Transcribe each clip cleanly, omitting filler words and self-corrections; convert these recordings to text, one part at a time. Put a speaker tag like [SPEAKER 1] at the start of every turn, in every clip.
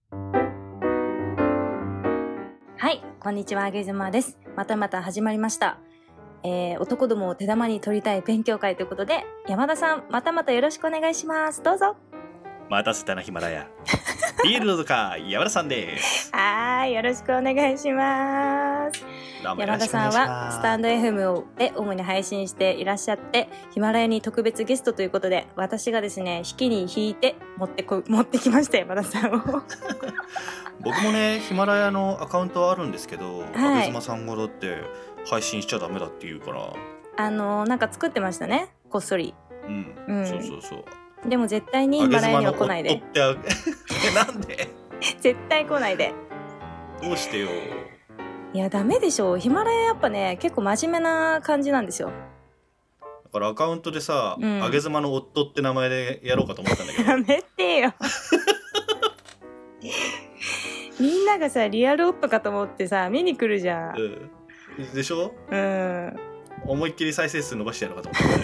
[SPEAKER 1] はい、こんにちは、あげずまです。また始まりました。男どもを手玉に取りたい勉強会ということで、山田さん、またよろしくお願いします。どうぞ。
[SPEAKER 2] 待たせたなヒマラヤ。ビールのどか山田さんです。
[SPEAKER 1] はい、よろしくお願いします。山田さんはスタンド FM で主に配信していらっしゃって、ヒマラヤに特別ゲストということで、私がですね、引きに引いて持ってきました、山田さんを。
[SPEAKER 2] 僕もね、ヒマラヤのアカウントはあるんですけど、あげずまさんがだって配信しちゃダメだって言うから、
[SPEAKER 1] なんか作ってましたね、こっそり。
[SPEAKER 2] そう
[SPEAKER 1] でも絶対にヒマラヤには来ないで。
[SPEAKER 2] なんで
[SPEAKER 1] 絶対来ないで。
[SPEAKER 2] どうしてよ。
[SPEAKER 1] いやダメでしょ。ヒマラヤやっぱね、結構真面目な感じなんですよ。
[SPEAKER 2] だからアカウントでさ、あげずまの夫って名前でやろうかと思ったんだけど。
[SPEAKER 1] やめてよ。みんながさ、リアル夫かと思ってさ、見に来るじゃん。
[SPEAKER 2] でしょ？思いっきり再生数伸ばしてやろうかと思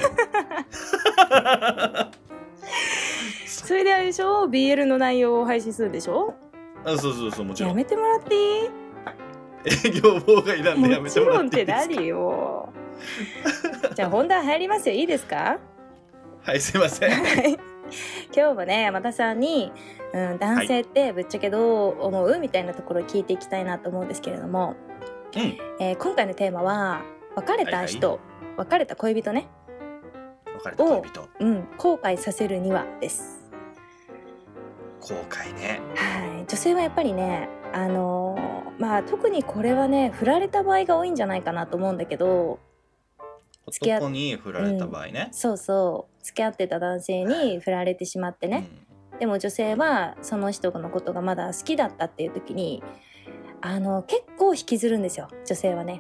[SPEAKER 2] って。
[SPEAKER 1] それであれでしょ？ BL の内容を配信するでしょ？
[SPEAKER 2] そうもちろん。
[SPEAKER 1] やめてもらっていい？
[SPEAKER 2] 営業妨害なんでやめてもらっていいですか？もちろんって
[SPEAKER 1] 何よ。じゃあ本題入りますよ。いいですか？
[SPEAKER 2] はい、すいません。
[SPEAKER 1] 今日もね、山田さんに、男性ってぶっちゃけどう思うみたいなところを聞いていきたいなと思うんですけれども、今回のテーマは別れた人、別れた恋人ね、
[SPEAKER 2] 別れた恋人、
[SPEAKER 1] 後悔させるにはです。
[SPEAKER 2] 後悔ね。
[SPEAKER 1] はい、女性はやっぱりね、特にこれはね、振られた場合が多いんじゃないかなと思うんだけど、
[SPEAKER 2] 男に振られた場合ね、
[SPEAKER 1] そう付き合ってた男性に振られてしまってね、でも女性はその人のことがまだ好きだったっていう時に結構引きずるんですよ、女性はね。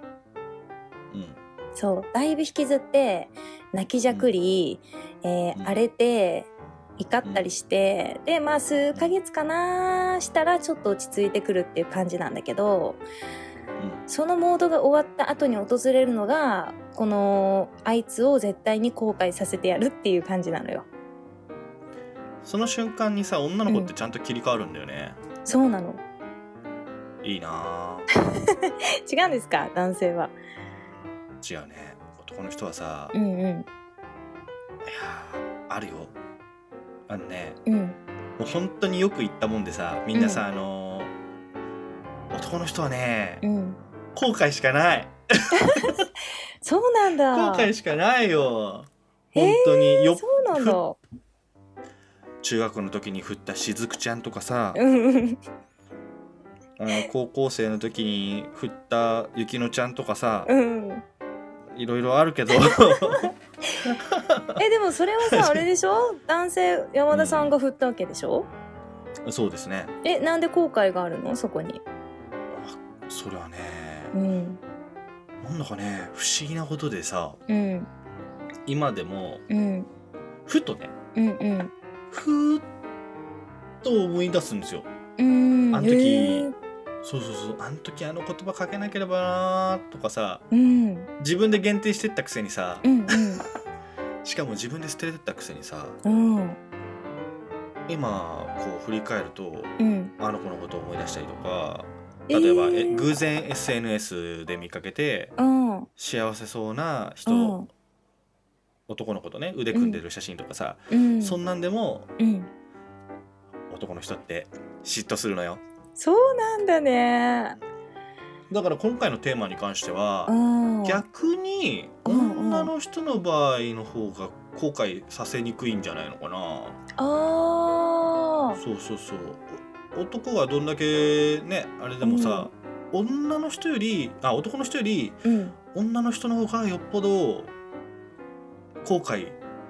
[SPEAKER 1] そうだいぶ引きずって泣きじゃくり、荒れて怒ったりして、で数ヶ月かなしたらちょっと落ち着いてくるっていう感じなんだけど、そのモードが終わった後に訪れるのがこのあいつを絶対に後悔させてやるっていう感じなのよ。
[SPEAKER 2] その瞬間にさ、女の子ってちゃんと切り替わるんだよね。
[SPEAKER 1] そうなの。
[SPEAKER 2] いいな。
[SPEAKER 1] 違うんですか、男性は。
[SPEAKER 2] 違うね。男の人はさ、いやあるよ。もう本当によく言ったもんでさ、みんなさ、男の人はね、後悔しかない。
[SPEAKER 1] そうなんだ。
[SPEAKER 2] 後悔しかないよ。本当によ。
[SPEAKER 1] そうなんだ。
[SPEAKER 2] 中学の時に振ったしずくちゃんとかさ、高校生の時に振ったゆきのちゃんとかさ、いろいろあるけど。
[SPEAKER 1] でもそれはさ、あれでしょ？男性山田さんが振ったわけでしょ？
[SPEAKER 2] そうですね。
[SPEAKER 1] なんで後悔があるの、そこに？
[SPEAKER 2] それはね、なんだかね、不思議なことでさ、今でも、ふとね、ふーっと思い出すんですよ。あの時、あの時あの言葉かけなければなとかさ、自分で限定してったくせにさ、しかも自分で捨ててったくせにさ、今こう振り返ると、あの子のことを思い出したりとか、例えば、偶然 SNS で見かけて、幸せそうな人、男の子とね腕組んでる写真とかさ、そんなんでも、男の人って嫉妬するのよ。
[SPEAKER 1] そうなんだね。
[SPEAKER 2] だから今回のテーマに関しては、逆に女の人の場合の方が後悔させにくいんじゃないのかな。そう男がどんだけねあれでもさ、男の人より、女の人の方がよっぽど後悔、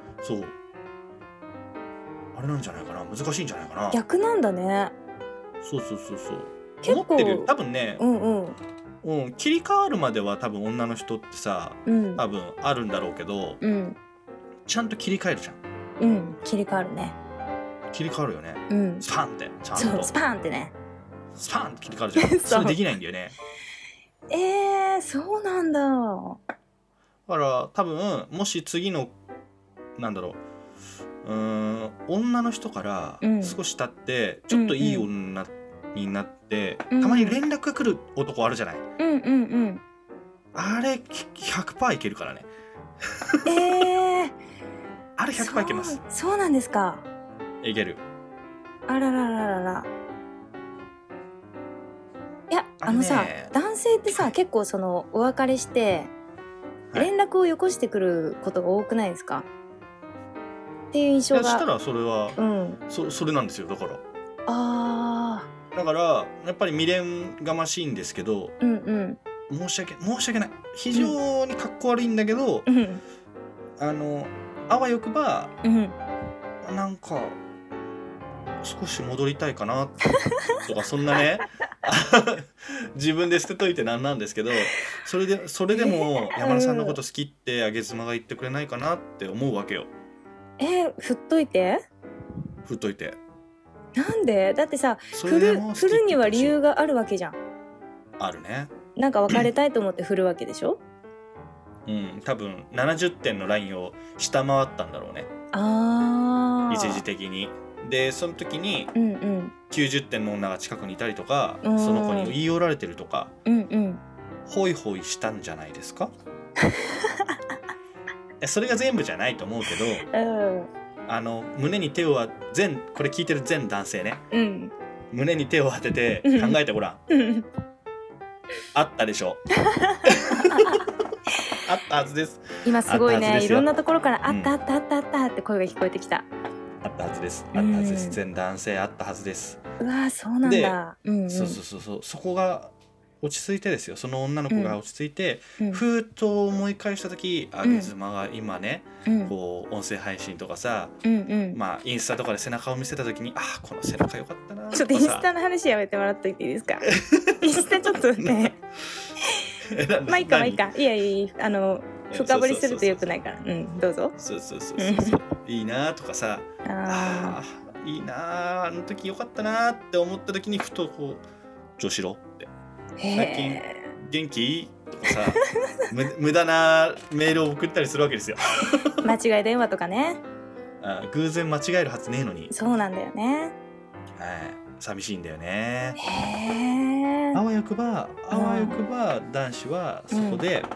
[SPEAKER 2] あれなんじゃないかな、難しいんじゃないかな。
[SPEAKER 1] 逆なんだね。
[SPEAKER 2] そう結構思ってるよ多分ね。切り替わるまでは多分女の人ってさ、多分あるんだろうけど、ちゃんと切り替えるじゃん。
[SPEAKER 1] 切り替わるね。
[SPEAKER 2] 切り替わるよね。スパンってちゃんと。
[SPEAKER 1] そう、スパンってね。
[SPEAKER 2] スパンって切り替わるじゃん。それできないんだよね。
[SPEAKER 1] そうなんだ。
[SPEAKER 2] だから多分もし次の女の人から少し経ってちょっといい女になって、たまに連絡が来る男あるじゃない。あれ 100% いけるからね。あれ 100% いけます。
[SPEAKER 1] そうなんですか。
[SPEAKER 2] いける。
[SPEAKER 1] あららららら。いや、さ、男性ってさ、結構そのお別れして連絡をよこしてくることが多くないですか？っていう印象が。
[SPEAKER 2] したらそれは、それなんですよ。だから。だからやっぱり未練がましいんですけど、申し訳ない。非常にかっこ悪いんだけど、あわよくば、なんか少し戻りたいかなとかそんなね自分で捨てといてなんですけど、それでも山田さんのこと好きってあげ妻が言ってくれないかなって思うわけよ。
[SPEAKER 1] 振っといてなんで？だってさ、振るには理由があるわけじゃん。
[SPEAKER 2] あるね。
[SPEAKER 1] なんか別れたいと思って振るわけでしょ。
[SPEAKER 2] 多分70点のラインを下回ったんだろうね。一時的に。でその時に90点の女が近くにいたりとか、その子に言い寄られてるとか、ホイホイしたんじゃないですか。それが全部じゃないと思うけど、胸に手をこれ聞いてる全男性ね、胸に手を当てて考えてごらん。あったでしょ。あったはずです。
[SPEAKER 1] 今すごいね、いろんなところからあったあったあったあったって声が聞こえてきた。
[SPEAKER 2] あったはずです。あったはずです。全男性あったはずです。
[SPEAKER 1] うわ、そうなんだ。
[SPEAKER 2] そうそこが落ち着いてですよ。その女の子が落ち着いて、ふーっと思い返した時、あげ妻が今ね、こう音声配信とかさ、まあインスタとかで背中を見せた時に、この背中良かったな。
[SPEAKER 1] ちょっとインスタの話やめてもらっといていいですか。インスタちょっとね。まあいいか。いや深掘りすると良くないから。どうぞ。
[SPEAKER 2] そういいなとかさ、いいな、あの時良かったなって思った時にふとこう女子ロって最近元気とかさ無駄なメールを送ったりするわけですよ。
[SPEAKER 1] 間違い電話とかね。
[SPEAKER 2] 偶然間違えるはずねえのに。
[SPEAKER 1] そうなんだよね。
[SPEAKER 2] 寂しいんだよね。あわよくば男子はそこで、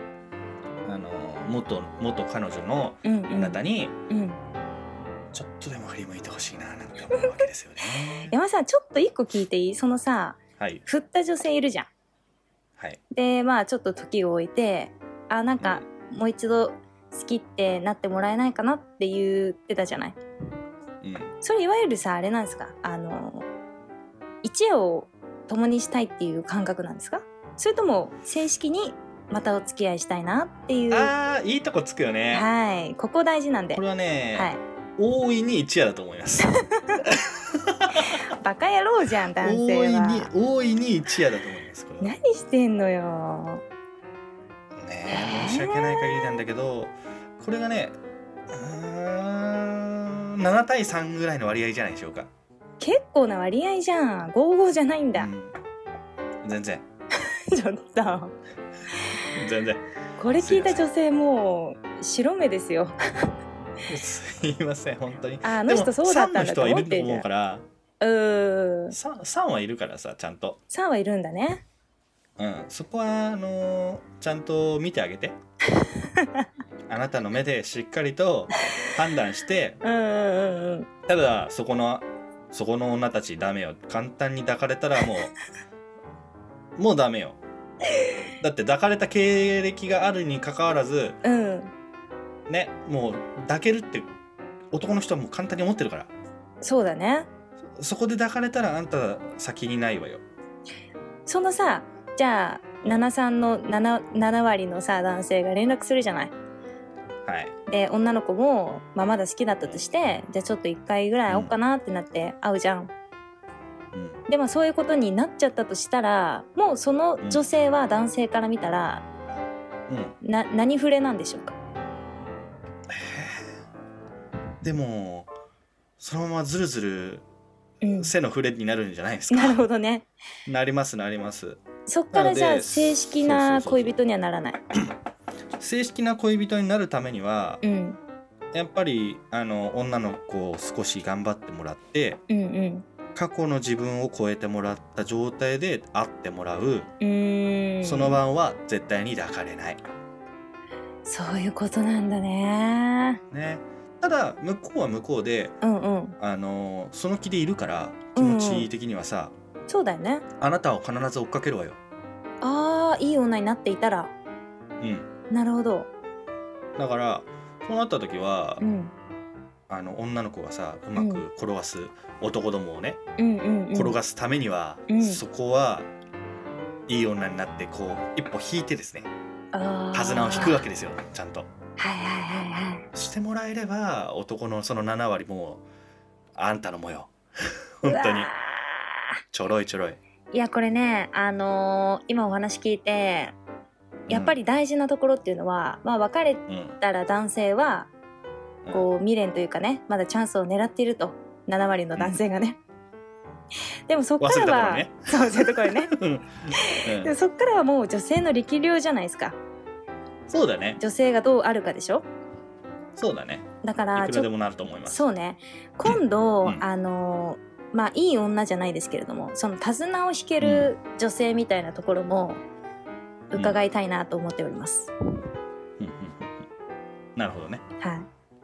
[SPEAKER 2] 元彼女のあなたにちょっとでも振り向いてほしいななんて思うわけですよね。
[SPEAKER 1] 山さん、ちょっと一個聞いていい？そのさ、振った女性いるじゃん。でまあちょっと時を置いて、なんかもう一度好きってなってもらえないかなって言ってたじゃない。それいわゆるさ、あれなんですか、一夜を共にしたいっていう感覚なんですか？それとも正式にまたお付き合いしたいなっていう。
[SPEAKER 2] いいとこつくよね。
[SPEAKER 1] ここ大事なんで。
[SPEAKER 2] これはね、大いに一夜だと思います。
[SPEAKER 1] バカ野郎じゃん、男性は。
[SPEAKER 2] 大いに一夜だと思います。これ
[SPEAKER 1] 何してんのよ。
[SPEAKER 2] 申し訳ない限りなんだけど、これがね、7対3ぐらいの割合じゃないでしょうか。
[SPEAKER 1] 結構な割合じゃん。55じゃないんだ。
[SPEAKER 2] 全然。
[SPEAKER 1] ちょっと。
[SPEAKER 2] 全然。
[SPEAKER 1] これ聞いた女性もう白目ですよ。
[SPEAKER 2] すいません、本当に。
[SPEAKER 1] あの人そうだったんだと思ってるじゃん。
[SPEAKER 2] 3の人はいると思うから。3はいるからさ、ちゃんと。
[SPEAKER 1] 3はいるんだね。
[SPEAKER 2] そこはちゃんと見てあげて。あなたの目でしっかりと判断して。ただそこの女たちダメよ。簡単に抱かれたらもうダメよ。だって抱かれた経歴があるに関わらず、ね、もう抱けるって男の人はもう簡単に思ってるから。
[SPEAKER 1] そうだね。
[SPEAKER 2] そこで抱かれたらあんた先にないわよ。
[SPEAKER 1] そのさ、じゃあ73の 7割のさ男性が連絡するじゃない。で女の子も、まだ好きだったとして、じゃあちょっと1回ぐらい会おうかなってなって会うじゃん。でもそういうことになっちゃったとしたら、もうその女性は男性から見たら、何触れなんでしょうか。
[SPEAKER 2] でもそのままずるずる背の触れになるんじゃないですか。
[SPEAKER 1] なるほどね。
[SPEAKER 2] なります。
[SPEAKER 1] そっからじゃあ正式な恋人にはならない。
[SPEAKER 2] 正式な恋人になるためには、やっぱり女の子を少し頑張ってもらって、 過去の自分を超えてもらった状態で会ってもらう。その晩は絶対に抱かれない。
[SPEAKER 1] そういうことなんだね。
[SPEAKER 2] ただ向こうは向こうで、その気でいるから気持ち的にはさ、
[SPEAKER 1] そうだよね。
[SPEAKER 2] あなたを必ず追っかけるわよ。
[SPEAKER 1] ああ、いい女になっていたら。なるほど。
[SPEAKER 2] だからそうなった時は、女の子がさうまく転がす男どもをね、転がすためには、そこはいい女になってこう一歩引いてですね、手綱を引くわけですよ、ちゃんと。してもらえれば男のその7割もあんたのもよ本当にちょろいちょろい。
[SPEAKER 1] いやこれね、今お話聞いてやっぱり大事なところっていうのは、別れたら男性はこう未練というかね、まだチャンスを狙っていると、7割の男性がね、でもそっからは、そういうところねでもそっからはもう女性の力量じゃないですか。
[SPEAKER 2] そうだね。
[SPEAKER 1] 女性がどうあるかでしょ。
[SPEAKER 2] そうだね。
[SPEAKER 1] だから
[SPEAKER 2] いくらでもなると思います。
[SPEAKER 1] そうね。今度、いい女じゃないですけれども、その手綱を引ける女性みたいなところも伺いたいなと思っております。
[SPEAKER 2] なるほどね。
[SPEAKER 1] はい。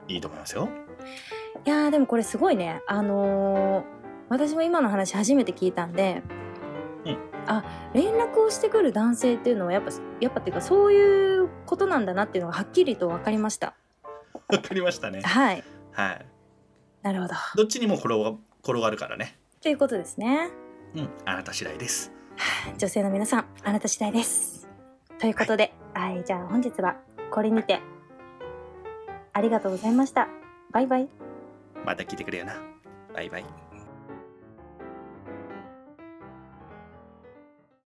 [SPEAKER 2] いいと思いますよ。
[SPEAKER 1] いやでもこれすごいね。私も今の話初めて聞いたんで、連絡をしてくる男性っていうのはやっぱっていうかそういうことなんだなっていうのがはっきりと分かりました。
[SPEAKER 2] 分かりましたね。
[SPEAKER 1] はい。
[SPEAKER 2] はい。
[SPEAKER 1] なるほど。
[SPEAKER 2] どっちにも転がるからね。
[SPEAKER 1] ということですね。
[SPEAKER 2] あなた次第です。
[SPEAKER 1] 女性の皆さん、あなた次第です。ということで、じゃあ本日はこれにて、ありがとうございました。バイバイ。
[SPEAKER 2] また聞いてくれよな。バイバイ。